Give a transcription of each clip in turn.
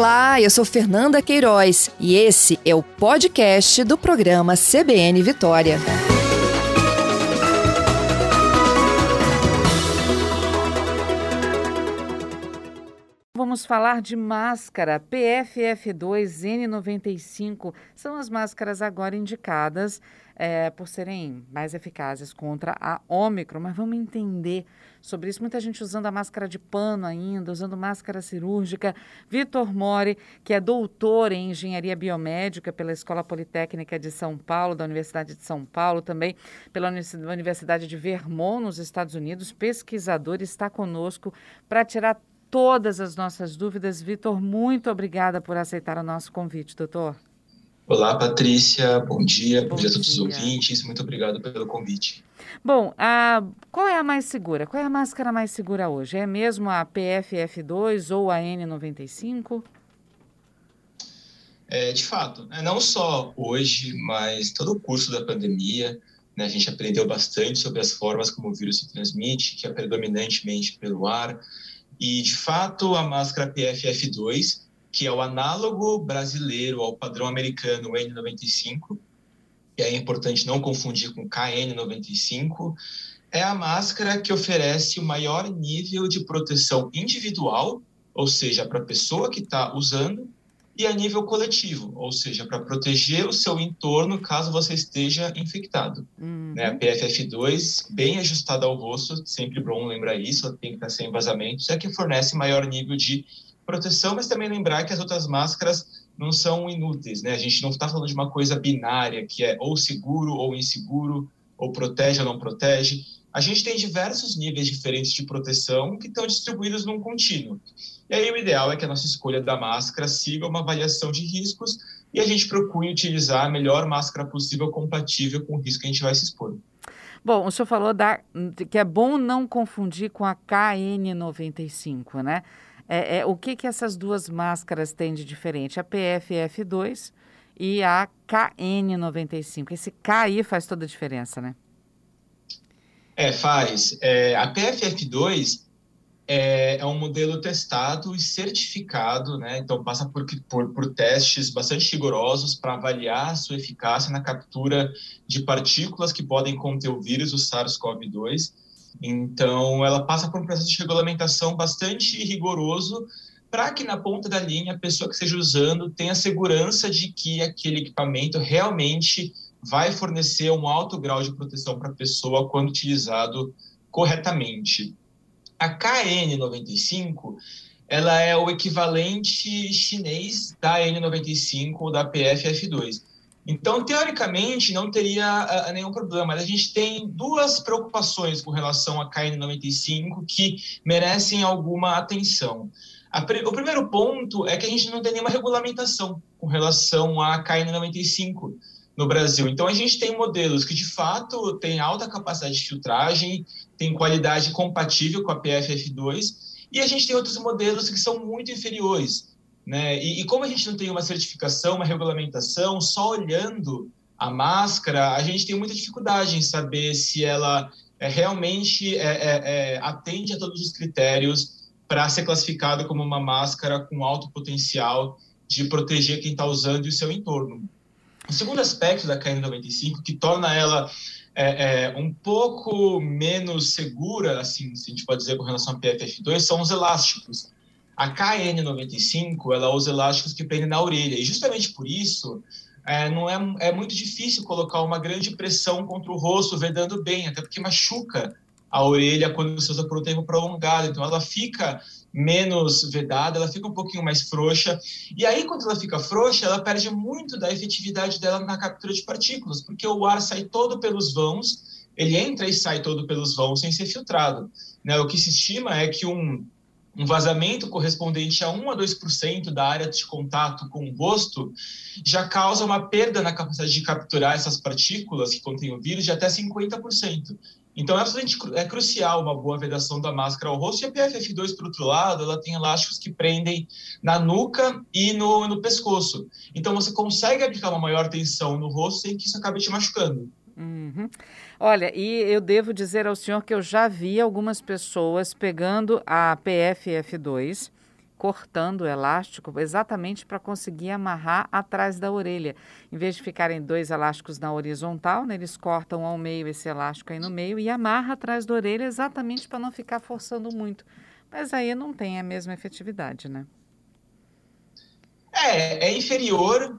Olá, eu sou Fernanda Queiroz e esse é o podcast do programa CBN Vitória. Vamos falar de máscara PFF2-N95. São as máscaras agora indicadas por serem mais eficazes contra a Ômicron. Mas vamos entender sobre isso. Muita gente usando a máscara de pano ainda, usando máscara cirúrgica. Vitor Mori, que é doutor em Engenharia Biomédica pela Escola Politécnica de São Paulo, da Universidade de São Paulo, também pela Universidade de Vermont, nos Estados Unidos, pesquisador, está conosco para tirar todas as nossas dúvidas. Vitor, muito obrigada por aceitar o nosso convite, doutor. Olá, Patrícia. Bom dia a todos os ouvintes. Muito obrigado pelo convite. Bom, qual é a mais segura? Qual é a máscara mais segura hoje? É mesmo a PFF2 ou a N95? De fato, não só hoje, mas todo o curso da pandemia, a gente aprendeu bastante sobre as formas como o vírus se transmite, que é predominantemente pelo ar. E, de fato, a máscara PFF2, que é o análogo brasileiro ao padrão americano N95, e é importante não confundir com KN95, é a máscara que oferece o maior nível de proteção individual, ou seja, para a pessoa que está usando, e a nível coletivo, ou seja, para proteger o seu entorno caso você esteja infectado. A PFF2, bem ajustada ao rosto, sempre bom lembrar isso, ela tem que estar sem vazamentos, é que fornece maior nível de proteção, mas também lembrar que as outras máscaras não são inúteis, A gente não está falando de uma coisa binária, que é ou seguro ou inseguro, ou protege ou não protege. A gente tem diversos níveis diferentes de proteção que estão distribuídos num contínuo. E aí o ideal é que a nossa escolha da máscara siga uma avaliação de riscos e a gente procure utilizar a melhor máscara possível compatível com o risco que a gente vai se expor. Bom, o senhor falou que é bom não confundir com a KN95, né? O que essas duas máscaras têm de diferente? A PFF2 e a KN95. Esse K aí faz toda a diferença, né? Faz. A PFF2 é um modelo testado e certificado, Então passa por testes bastante rigorosos para avaliar a sua eficácia na captura de partículas que podem conter o vírus, o SARS-CoV-2. Então ela passa por um processo de regulamentação bastante rigoroso para que na ponta da linha a pessoa que esteja usando tenha segurança de que aquele equipamento realmente vai fornecer um alto grau de proteção para a pessoa quando utilizado corretamente. A KN95, ela é o equivalente chinês da N95 ou da PFF2. Então, teoricamente, não teria nenhum problema, mas a gente tem duas preocupações com relação à KN95 que merecem alguma atenção. O primeiro ponto é que a gente não tem nenhuma regulamentação com relação à KN95 no Brasil. Então, a gente tem modelos que, de fato, têm alta capacidade de filtragem, tem qualidade compatível com a PFF2, e a gente tem outros modelos que são muito inferiores, E como a gente não tem uma certificação, uma regulamentação, só olhando a máscara, a gente tem muita dificuldade em saber se ela realmente atende a todos os critérios para ser classificada como uma máscara com alto potencial de proteger quem está usando e o seu entorno. O segundo aspecto da KN95, que torna ela um pouco menos segura, assim, se a gente pode dizer, com relação à PFF2, são os elásticos. A KN95, ela usa elásticos que prendem na orelha, e justamente por isso não é muito difícil colocar uma grande pressão contra o rosto, vedando bem, até porque machuca a orelha quando você usa por um tempo prolongado, então ela fica menos vedada, ela fica um pouquinho mais frouxa, e aí quando ela fica frouxa, ela perde muito da efetividade dela na captura de partículas, porque o ar sai todo pelos vãos, ele entra e sai todo pelos vãos sem ser filtrado, O que se estima é que um vazamento correspondente a 1 a 2% da área de contato com o rosto já causa uma perda na capacidade de capturar essas partículas que contêm o vírus de até 50%. Então, é crucial uma boa vedação da máscara ao rosto. E a PFF2, por outro lado, ela tem elásticos que prendem na nuca e no pescoço. Então, você consegue aplicar uma maior tensão no rosto sem que isso acabe te machucando. Olha, e eu devo dizer ao senhor que eu já vi algumas pessoas pegando a PFF2 cortando o elástico exatamente para conseguir amarrar atrás da orelha. Em vez de ficarem 2 elásticos na horizontal, né, eles cortam ao meio esse elástico aí no meio e amarra atrás da orelha exatamente para não ficar forçando muito. Mas aí não tem a mesma efetividade, né? É inferior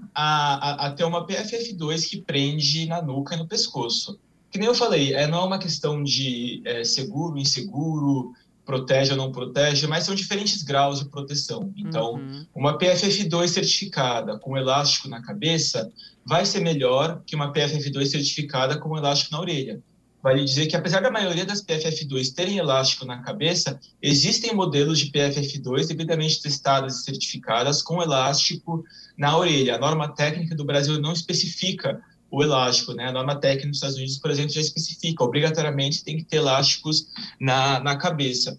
a ter uma PFF2 que prende na nuca e no pescoço. Que nem eu falei, não é uma questão de seguro, inseguro, protege ou não protege, mas são diferentes graus de proteção. Então, uma PFF2 certificada com elástico na cabeça vai ser melhor que uma PFF2 certificada com elástico na orelha. Vale dizer que, apesar da maioria das PFF2 terem elástico na cabeça, existem modelos de PFF2 devidamente testadas e certificadas com elástico na orelha. A norma técnica do Brasil não especifica o elástico, né? A norma técnica dos Estados Unidos, por exemplo, já especifica, obrigatoriamente tem que ter elásticos na cabeça.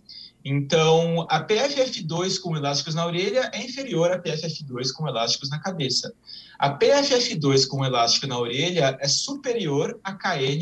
Então, a PFF2 com elásticos na orelha é inferior à PFF2 com elásticos na cabeça. A PFF2 com elástico na orelha é superior à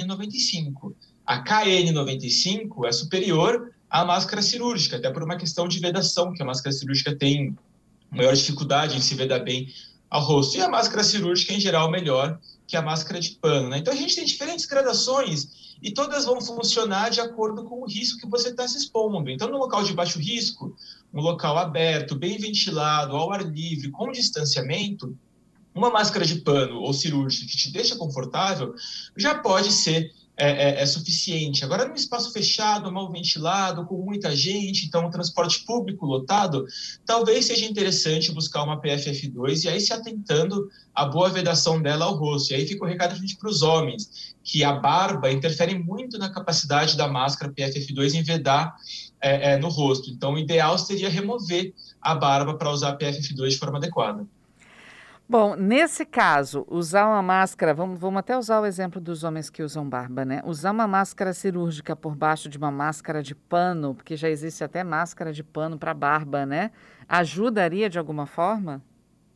KN95. A KN95 é superior à máscara cirúrgica, até por uma questão de vedação, que a máscara cirúrgica tem maior dificuldade em se vedar bem ao rosto. E a máscara cirúrgica, em geral, melhor que a máscara de pano, né? Então, a gente tem diferentes gradações e todas vão funcionar de acordo com o risco que você está se expondo. Então, no local de baixo risco, um local aberto, bem ventilado, ao ar livre, com distanciamento, uma máscara de pano ou cirúrgica que te deixa confortável já pode ser suficiente. Agora, num espaço fechado, mal ventilado, com muita gente, então, transporte público lotado, talvez seja interessante buscar uma PFF2 e aí se atentando à boa vedação dela ao rosto. E aí fica o recado para os homens, que a barba interfere muito na capacidade da máscara PFF2 em vedar no rosto. Então, o ideal seria remover a barba para usar a PFF2 de forma adequada. Bom, nesse caso, usar uma máscara, vamos até usar o exemplo dos homens que usam barba, né? Usar uma máscara cirúrgica por baixo de uma máscara de pano, porque já existe até máscara de pano para barba, né? Ajudaria de alguma forma?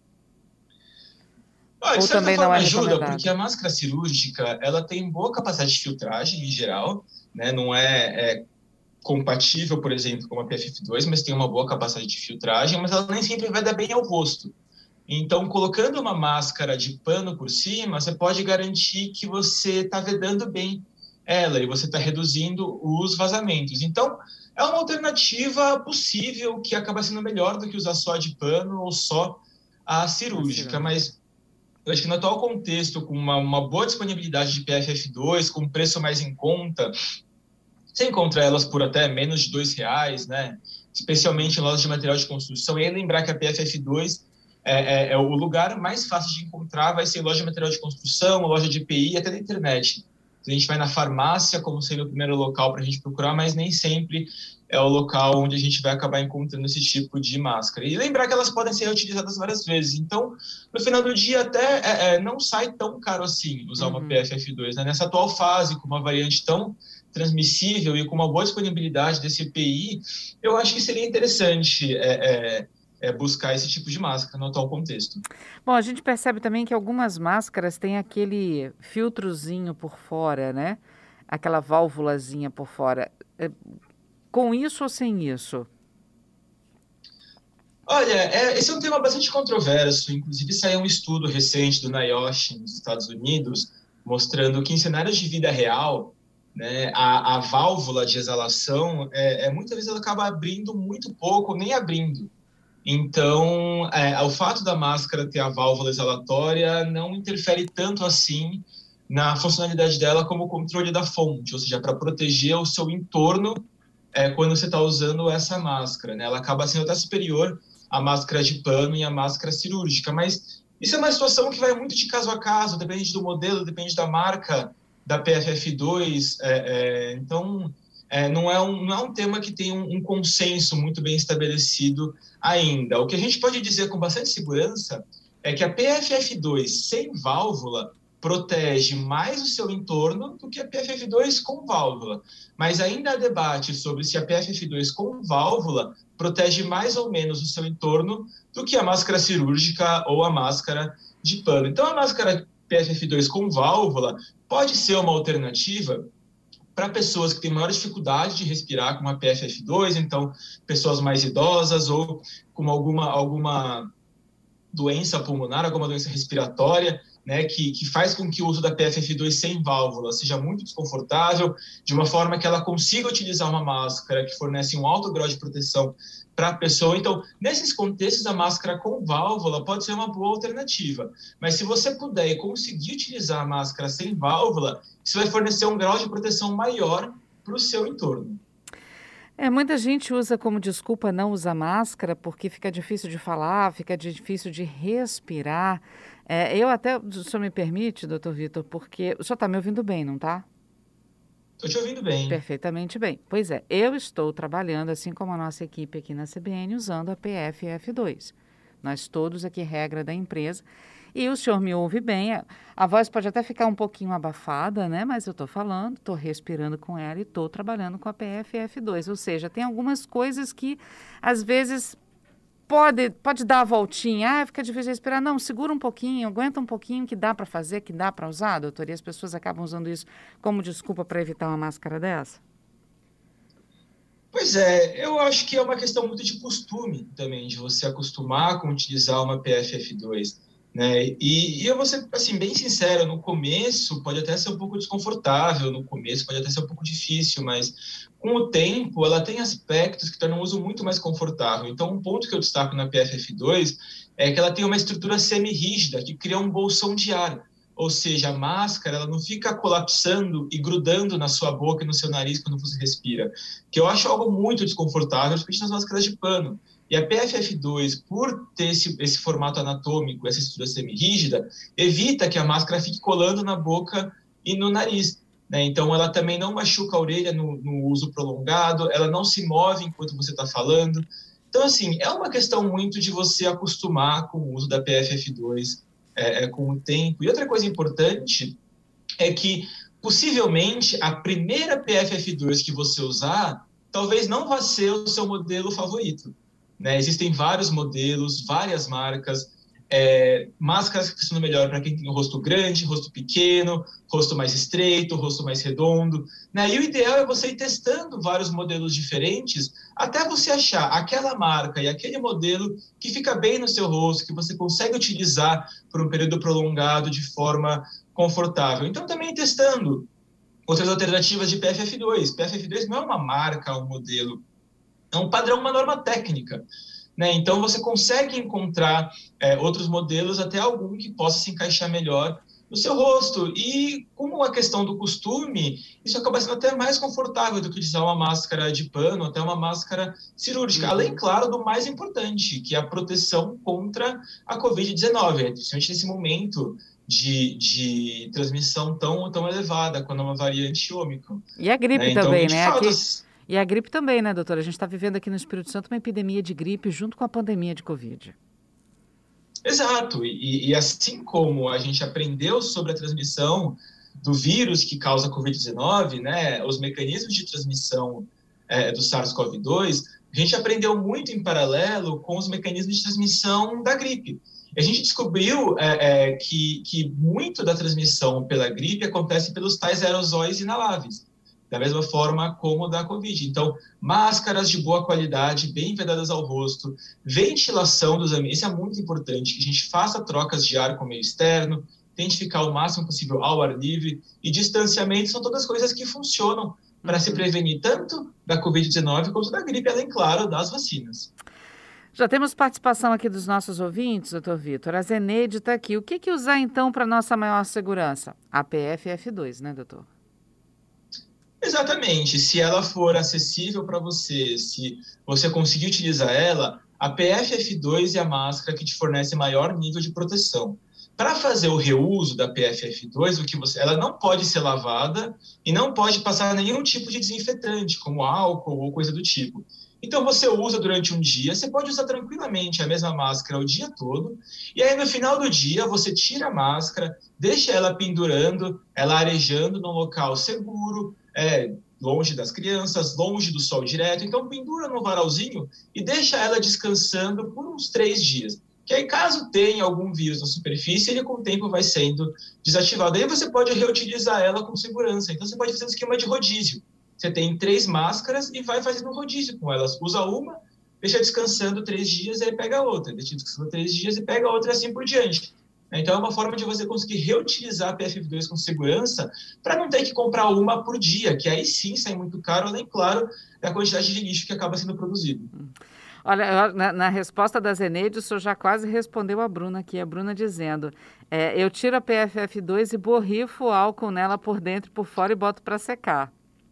De certa forma ajuda, porque a máscara cirúrgica, ela tem boa capacidade de filtragem em geral, né? Não é compatível, por exemplo, com a PFF2, mas tem uma boa capacidade de filtragem, mas ela nem sempre vai dar bem ao rosto. Então, colocando uma máscara de pano por cima, você pode garantir que você está vedando bem ela e você está reduzindo os vazamentos. Então, é uma alternativa possível que acaba sendo melhor do que usar só de pano ou só a cirúrgica. Mas eu acho que no atual contexto, com uma boa disponibilidade de PFF2, com um preço mais em conta, você encontra elas por até menos de R$2, né? Especialmente em lojas de material de construção. E aí lembrar que a PFF2 o lugar mais fácil de encontrar, vai ser loja de material de construção, loja de EPI, até na internet. A gente vai na farmácia como sendo o primeiro local para a gente procurar, mas nem sempre é o local onde a gente vai acabar encontrando esse tipo de máscara. E lembrar que elas podem ser reutilizadas várias vezes. Então, no final do dia, até não sai tão caro assim usar uma PFF2. Né? Nessa atual fase, com uma variante tão transmissível e com uma boa disponibilidade desse EPI, eu acho que seria interessante buscar esse tipo de máscara no atual contexto. Bom, a gente percebe também que algumas máscaras têm aquele filtrozinho por fora, né? Aquela válvulazinha por fora. Com isso ou sem isso? Olha, esse é um tema bastante controverso. Inclusive, saiu um estudo recente do NIOSH nos Estados Unidos, mostrando que em cenários de vida real, né, a válvula de exalação, muitas vezes ela acaba abrindo muito pouco, nem abrindo. Então, o fato da máscara ter a válvula exalatória não interfere tanto assim na funcionalidade dela como o controle da fonte, ou seja, para proteger o seu entorno quando você está usando essa máscara, né? Ela acaba sendo até superior à máscara de pano e à máscara cirúrgica, mas isso é uma situação que vai muito de caso a caso, depende do modelo, depende da marca da PFF2, então... não é um tema que tem um consenso muito bem estabelecido ainda. O que a gente pode dizer com bastante segurança é que a PFF2 sem válvula protege mais o seu entorno do que a PFF2 com válvula. Mas ainda há debate sobre se a PFF2 com válvula protege mais ou menos o seu entorno do que a máscara cirúrgica ou a máscara de pano. Então, a máscara PFF2 com válvula pode ser uma alternativa para pessoas que têm maior dificuldade de respirar com a PFF2, então pessoas mais idosas ou com alguma doença pulmonar, alguma doença respiratória, né, que faz com que o uso da PFF2 sem válvula seja muito desconfortável, de uma forma que ela consiga utilizar uma máscara que fornece um alto grau de proteção para a pessoa. Então, nesses contextos, a máscara com válvula pode ser uma boa alternativa. Mas se você puder e conseguir utilizar a máscara sem válvula, isso vai fornecer um grau de proteção maior para o seu entorno. Muita gente usa como desculpa não usar máscara porque fica difícil de falar, fica difícil de respirar. Eu até, o senhor me permite, doutor Vitor, porque o senhor está me ouvindo bem, não está? Estou te ouvindo bem. Perfeitamente bem. Pois é, eu estou trabalhando, assim como a nossa equipe aqui na CBN, usando a PFF2. Nós todos aqui, regra da empresa. E o senhor me ouve bem, a voz pode até ficar um pouquinho abafada, né? Mas eu estou falando, estou respirando com ela e estou trabalhando com a PFF2. Ou seja, tem algumas coisas que, às vezes, pode dar a voltinha. Fica difícil respirar. Não, segura um pouquinho, aguenta um pouquinho, que dá para fazer, que dá para usar, doutor. E as pessoas acabam usando isso como desculpa para evitar uma máscara dessa? Pois é, eu acho que é uma questão muito de costume também, de você acostumar com utilizar uma PFF2. Né? E eu vou ser assim, bem sincero, no começo pode até ser um pouco desconfortável, no começo pode até ser um pouco difícil, mas com o tempo ela tem aspectos que tornam o uso muito mais confortável. Então, um ponto que eu destaco na PFF2 é que ela tem uma estrutura semi-rígida que cria um bolsão de ar, ou seja, a máscara ela não fica colapsando e grudando na sua boca e no seu nariz quando você respira, que eu acho algo muito desconfortável, especialmente nas máscaras de pano. E a PFF2, por ter esse formato anatômico, essa estrutura semi-rígida, evita que a máscara fique colando na boca e no nariz. Né? Então, ela também não machuca a orelha no uso prolongado, ela não se move enquanto você está falando. Então, assim, é uma questão muito de você acostumar com o uso da PFF2 com o tempo. E outra coisa importante é que, possivelmente, a primeira PFF2 que você usar, talvez não vá ser o seu modelo favorito. Né? Existem vários modelos, várias marcas, máscaras que funcionam melhor para quem tem o rosto grande, rosto pequeno, rosto mais estreito, rosto mais redondo. Né? E o ideal é você ir testando vários modelos diferentes até você achar aquela marca e aquele modelo que fica bem no seu rosto, que você consegue utilizar por um período prolongado de forma confortável. Então, também testando outras alternativas de PFF2. PFF2 não é uma marca, um modelo, é um padrão, uma norma técnica. Né? Então, você consegue encontrar outros modelos, até algum que possa se encaixar melhor no seu rosto. E, como a questão do costume, isso acaba sendo até mais confortável do que usar uma máscara de pano, até uma máscara cirúrgica. Além, claro, do mais importante, que é a proteção contra a Covid-19, principalmente nesse momento de transmissão tão elevada, quando é uma variante Ômicron. E a gripe Então, também, de né? fato, E a gripe também, né, doutora? A gente está vivendo aqui no Espírito Santo uma epidemia de gripe junto com a pandemia de Covid. Exato. E assim como a gente aprendeu sobre a transmissão do vírus que causa a Covid-19, né, os mecanismos de transmissão do SARS-CoV-2, a gente aprendeu muito em paralelo com os mecanismos de transmissão da gripe. A gente descobriu que muito da transmissão pela gripe acontece pelos tais aerosóis inaláveis, da mesma forma como da Covid. Então, máscaras de boa qualidade, bem vedadas ao rosto, ventilação dos ambientes, isso é muito importante, que a gente faça trocas de ar com o meio externo, tente ficar o máximo possível ao ar livre, e distanciamento são todas coisas que funcionam para se prevenir tanto da Covid-19 quanto da gripe, além, claro, das vacinas. Já temos participação aqui dos nossos ouvintes, doutor Vitor. A Zeneide está aqui. O que usar, então, para nossa maior segurança? A PFF2, né, doutor? Exatamente. Se ela for acessível para você, se você conseguir utilizar ela, a PFF2 é a máscara que te fornece maior nível de proteção. Para fazer o reuso da PFF2, ela não pode ser lavada e não pode passar nenhum tipo de desinfetante, como álcool ou coisa do tipo. Então, você usa durante um dia, você pode usar tranquilamente a mesma máscara o dia todo, e aí no final do dia você tira a máscara, deixa ela pendurando, ela arejando num local seguro, longe das crianças, longe do sol direto. Então, pendura no varalzinho e deixa ela descansando por uns 3 dias. que aí caso tenha algum vírus na superfície, ele com o tempo vai sendo desativado. Aí você pode reutilizar ela com segurança. Então você pode fazer um esquema de rodízio. Você tem 3 máscaras e vai fazendo um rodízio com elas. Usa uma, deixa descansando 3 dias e aí pega outra. Deixa descansando 3 dias e pega outra e assim por diante. Então é uma forma de você conseguir reutilizar a PFF2 com segurança para não ter que comprar uma por dia, que aí sim sai muito caro, além, claro, da quantidade de lixo que acaba sendo produzido. Olha, na resposta da Zeneide, o senhor já quase respondeu a Bruna aqui. A Bruna dizendo, eu tiro a PFF2 e borrifo o álcool nela por dentro e por fora e boto para secar.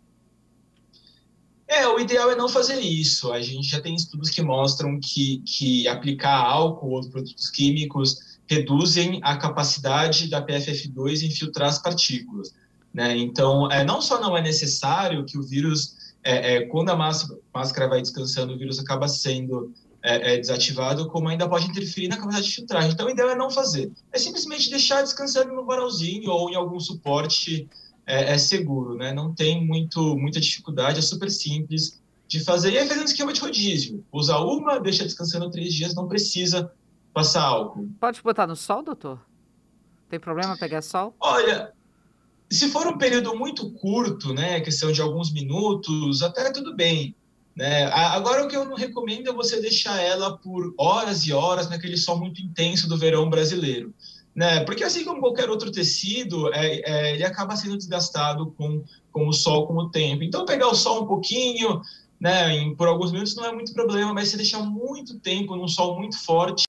O ideal é não fazer isso. A gente já tem estudos que mostram que aplicar álcool ou outros produtos químicos reduzem a capacidade da PFF2 em filtrar as partículas, né? Então, não só não é necessário que o vírus, quando a máscara vai descansando, o vírus acaba sendo desativado, como ainda pode interferir na capacidade de filtragem. Então, o ideal é não fazer. É simplesmente deixar descansando no varalzinho ou em algum suporte seguro, né? Não tem muita dificuldade, é super simples de fazer. E aí fazendo um esquema de rodízio. Usa uma, deixa descansando 3 dias, não precisa passar álcool. Pode botar no sol, doutor? Tem problema pegar sol? Olha, se for um período muito curto, né, questão de alguns minutos, até tudo bem, né? Agora o que eu não recomendo é você deixar ela por horas e horas naquele sol muito intenso do verão brasileiro, né? Porque assim como qualquer outro tecido, ele acaba sendo desgastado com o sol, com o tempo. Então pegar o sol um pouquinho, né, por alguns minutos não é muito problema, mas se deixar muito tempo num sol muito forte,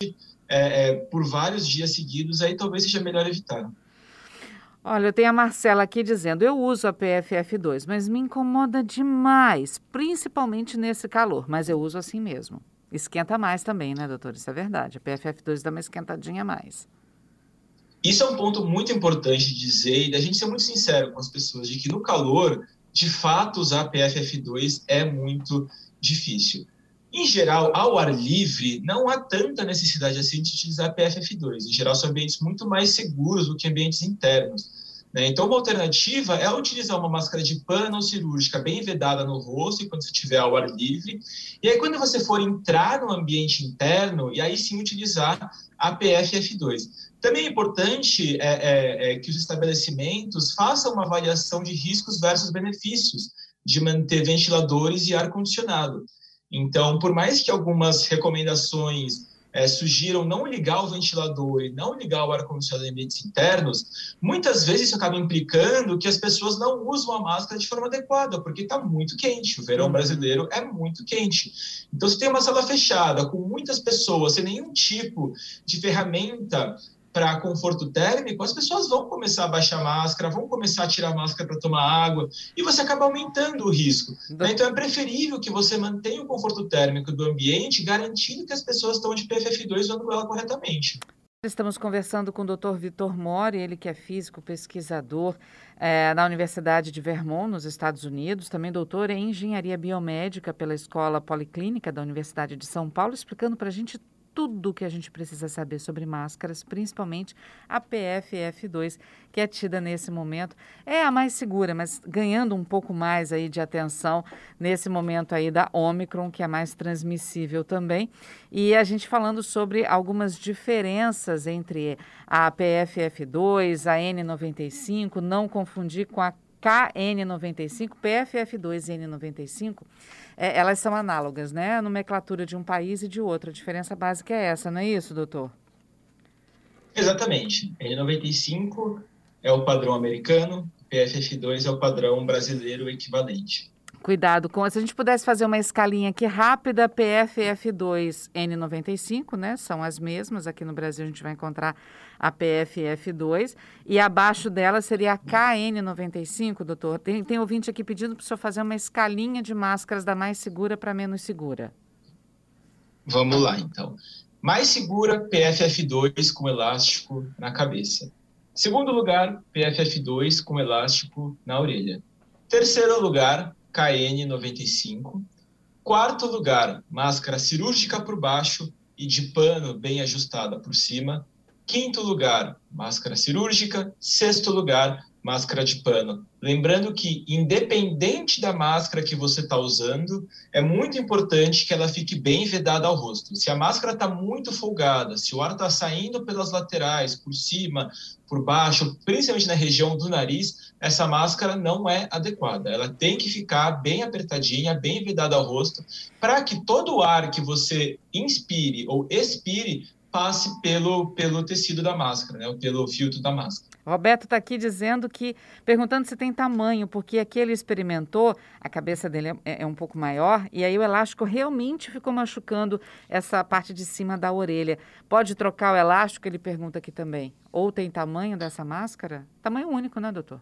por vários dias seguidos, aí talvez seja melhor evitar. Olha, eu tenho a Marcela aqui dizendo, eu uso a PFF2, mas me incomoda demais, principalmente nesse calor, mas eu uso assim mesmo. Esquenta mais também, né, doutor? Isso é verdade, a PFF2 dá uma esquentadinha a mais. Isso é um ponto muito importante de dizer e da gente ser muito sincero com as pessoas, de que no calor, de fato, usar PFF2 é muito difícil. Em geral, ao ar livre, não há tanta necessidade assim de utilizar PFF2. Em geral, são ambientes muito mais seguros do que ambientes internos, né? Então, uma alternativa é utilizar uma máscara de pano ou cirúrgica bem vedada no rosto, enquanto você estiver ao ar livre. E aí, quando você for entrar no ambiente interno, e aí sim utilizar a PFF2. Também é importante que os estabelecimentos façam uma avaliação de riscos versus benefícios de manter ventiladores e ar-condicionado. Então, por mais que algumas recomendações sugiram não ligar o ventilador e não ligar o ar-condicionado em ambientes internos, muitas vezes isso acaba implicando que as pessoas não usam a máscara de forma adequada, porque está muito quente. O verão brasileiro é muito quente. Então, se tem uma sala fechada, com muitas pessoas, sem nenhum tipo de ferramenta para conforto térmico, as pessoas vão começar a baixar a máscara, vão começar a tirar a máscara para tomar água, e você acaba aumentando o risco. Então, é preferível que você mantenha o conforto térmico do ambiente, garantindo que as pessoas estão de PFF2 usando ela corretamente. Estamos conversando com o Dr. Vitor Mori, ele que é físico, pesquisador na Universidade de Vermont, nos Estados Unidos, também doutor em Engenharia Biomédica pela Escola Policlínica da Universidade de São Paulo, explicando para a gente tudo o que a gente precisa saber sobre máscaras, principalmente a PFF2, que é tida nesse momento. É a mais segura, mas ganhando um pouco mais aí de atenção nesse momento aí da Ômicron, que é mais transmissível também. E a gente falando sobre algumas diferenças entre a PFF2, a N95, não confundir com a KN95, PFF2 e N95, elas são análogas, né? A nomenclatura de um país e de outro. A diferença básica é essa, não é isso, doutor? Exatamente. N95 é o padrão americano, PFF2 é o padrão brasileiro equivalente. Cuidado com... Se a gente pudesse fazer uma escalinha aqui rápida, PFF2, N95, né? São as mesmas. Aqui no Brasil a gente vai encontrar a PFF2. E abaixo dela seria a KN95, doutor. Tem ouvinte aqui pedindo para o senhor fazer uma escalinha de máscaras da mais segura para menos segura. Vamos lá, então. Mais segura, PFF2 com elástico na cabeça. Segundo lugar, PFF2 com elástico na orelha. Terceiro lugar, KN95. Quarto lugar, máscara cirúrgica por baixo e de pano bem ajustada por cima. Quinto lugar, máscara cirúrgica. Sexto lugar, máscara de pano. Lembrando que, independente da máscara que você está usando, é muito importante que ela fique bem vedada ao rosto. Se a máscara está muito folgada, se o ar está saindo pelas laterais, por cima, por baixo, principalmente na região do nariz, essa máscara não é adequada. Ela tem que ficar bem apertadinha, bem vedada ao rosto, para que todo o ar que você inspire ou expire passe pelo tecido da máscara, né? Ou pelo filtro da máscara. Roberto está aqui perguntando se tem tamanho, porque aqui ele experimentou, a cabeça dele é um pouco maior, e aí o elástico realmente ficou machucando essa parte de cima da orelha. Pode trocar o elástico? Ele pergunta aqui também. Ou tem tamanho dessa máscara? Tamanho único, né, doutor?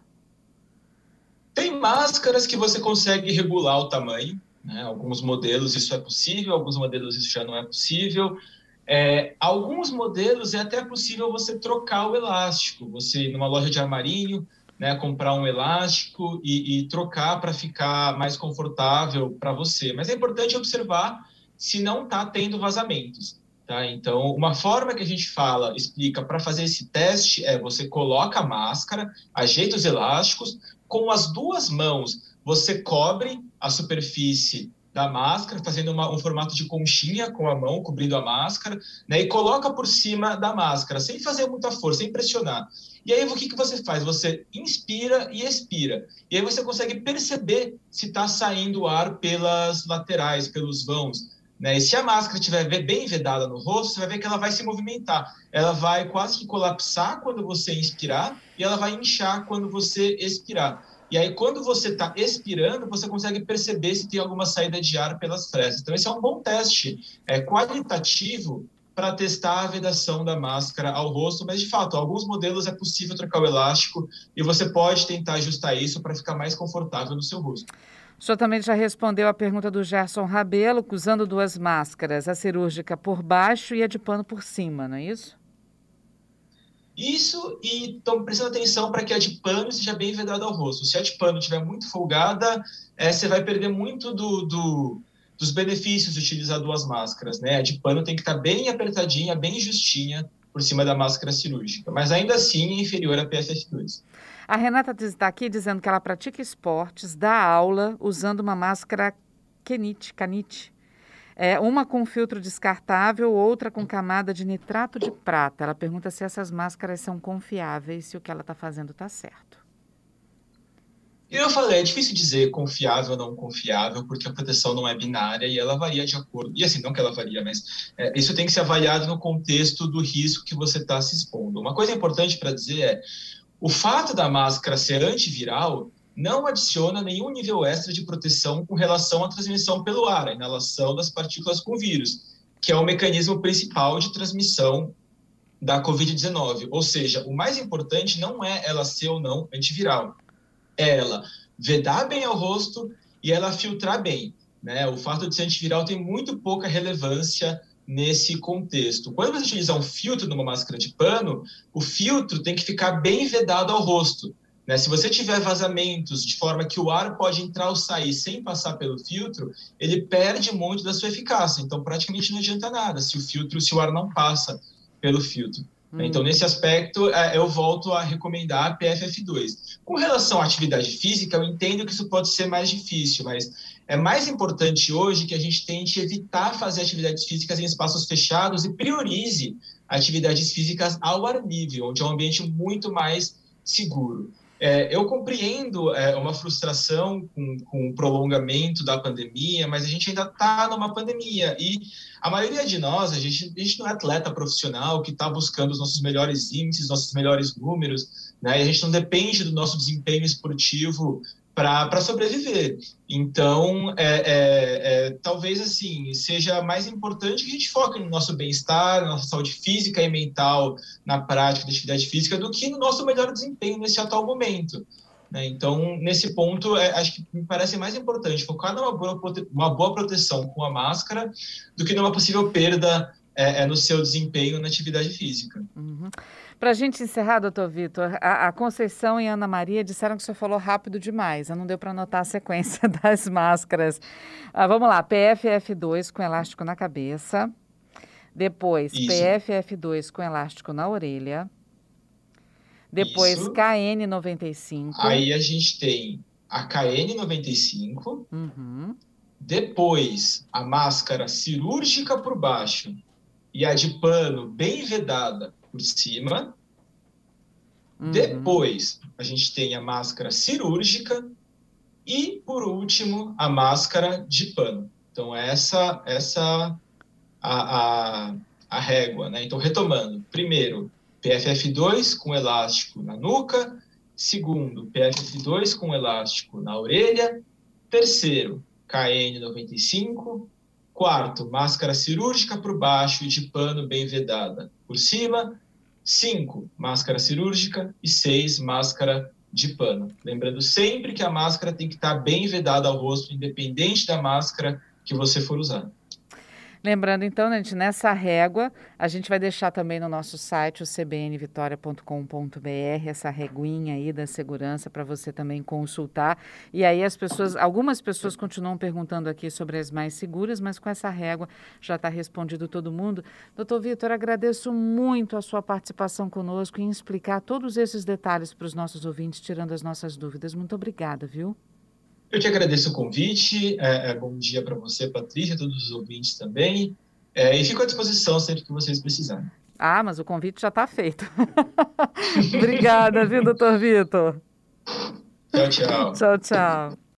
Tem máscaras que você consegue regular o tamanho, né? Alguns modelos isso é possível, alguns modelos isso já não é possível. Alguns modelos é até possível você trocar o elástico, você numa loja de armarinho, né, comprar um elástico e trocar para ficar mais confortável para você. Mas é importante observar se não está tendo vazamentos. Tá? Então, uma forma que a gente explica para fazer esse teste é você coloca a máscara, ajeita os elásticos, com as duas mãos você cobre a superfície da máscara, fazendo um formato de conchinha com a mão, cobrindo a máscara, né, e coloca por cima da máscara, sem fazer muita força, sem pressionar. E aí, o que você faz? Você inspira e expira. E aí você consegue perceber se está saindo ar pelas laterais, pelos vãos. Né? E se a máscara estiver bem vedada no rosto, você vai ver que ela vai se movimentar. Ela vai quase que colapsar quando você inspirar e ela vai inchar quando você expirar. E aí, quando você está expirando, você consegue perceber se tem alguma saída de ar pelas frestas. Então, esse é um bom teste qualitativo para testar a vedação da máscara ao rosto, mas, de fato, alguns modelos é possível trocar o elástico e você pode tentar ajustar isso para ficar mais confortável no seu rosto. O senhor também já respondeu a pergunta do Gerson Rabelo, usando duas máscaras, a cirúrgica por baixo e a de pano por cima, não é isso? Isso, e então prestando atenção para que a de pano seja bem vedada ao rosto. Se a de pano estiver muito folgada, você vai perder muito dos benefícios de utilizar duas máscaras, né? A de pano tem que estar bem apertadinha, bem justinha por cima da máscara cirúrgica, mas ainda assim é inferior à PFF2. A Renata está aqui dizendo que ela pratica esportes, dá aula usando uma máscara Kanite. Uma com filtro descartável, outra com camada de nitrato de prata. Ela pergunta se essas máscaras são confiáveis, se o que ela está fazendo está certo. Eu falei, é difícil dizer confiável ou não confiável, porque a proteção não é binária e ela varia de acordo. E assim, não que ela varia, mas isso tem que ser avaliado no contexto do risco que você está se expondo. Uma coisa importante para dizer o fato da máscara ser antiviral não adiciona nenhum nível extra de proteção com relação à transmissão pelo ar, a inalação das partículas com vírus, que é o mecanismo principal de transmissão da Covid-19. Ou seja, o mais importante não é ela ser ou não antiviral, é ela vedar bem ao rosto e ela filtrar bem. Né? O fato de ser antiviral tem muito pouca relevância nesse contexto. Quando você utiliza um filtro numa máscara de pano, o filtro tem que ficar bem vedado ao rosto. Né? Se você tiver vazamentos de forma que o ar pode entrar ou sair sem passar pelo filtro, ele perde muito da sua eficácia. Então, praticamente não adianta nada se o ar não passa pelo filtro. Então, nesse aspecto, eu volto a recomendar a PFF2. Com relação à atividade física, eu entendo que isso pode ser mais difícil, mas é mais importante hoje que a gente tente evitar fazer atividades físicas em espaços fechados e priorize atividades físicas ao ar livre, onde é um ambiente muito mais seguro. Eu compreendo uma frustração com o prolongamento da pandemia, mas a gente ainda está numa pandemia e a maioria de nós, a gente não é atleta profissional que está buscando os nossos melhores índices, nossos melhores números, né? E a gente não depende do nosso desempenho esportivo para sobreviver. Então, talvez assim seja mais importante que a gente foque no nosso bem-estar, na nossa saúde física e mental, na prática da atividade física, do que no nosso melhor desempenho nesse atual momento. Né? Então, nesse ponto, acho que me parece mais importante focar numa boa proteção com a máscara do que numa possível perda no seu desempenho na atividade física. Uhum. Para a gente encerrar, doutor Vitor, a Conceição e a Ana Maria disseram que o senhor falou rápido demais, não deu para anotar a sequência das máscaras. Vamos lá, PFF2 com elástico na cabeça, depois Isso. PFF2 com elástico na orelha, Depois Isso. KN95. Aí a gente tem a KN95. Uhum. Depois a máscara cirúrgica por baixo e a de pano bem vedada por cima. Depois a gente tem a máscara cirúrgica e, por último, a máscara de pano. Então, essa a régua, né? Então, retomando. Primeiro, PFF2 com elástico na nuca. Segundo, PFF2 com elástico na orelha. Terceiro, KN95. Quarto, máscara cirúrgica por baixo e de pano bem vedada por cima. 5, máscara cirúrgica. E 6, máscara de pano. Lembrando sempre que a máscara tem que estar bem vedada ao rosto, independente da máscara que você for usar. Lembrando, então, gente, nessa régua, a gente vai deixar também no nosso site, o cbnvitoria.com.br, essa reguinha aí da segurança para você também consultar. E aí algumas pessoas continuam perguntando aqui sobre as mais seguras, mas com essa régua já está respondido todo mundo. Doutor Vitor, agradeço muito a sua participação conosco em explicar todos esses detalhes para os nossos ouvintes, tirando as nossas dúvidas. Muito obrigada, viu? Eu te agradeço o convite, bom dia para você, Patrícia, todos os ouvintes também, e fico à disposição sempre que vocês precisarem. Ah, mas o convite já está feito. Obrigada, viu, doutor Vitor? Tchau, tchau. Tchau, tchau.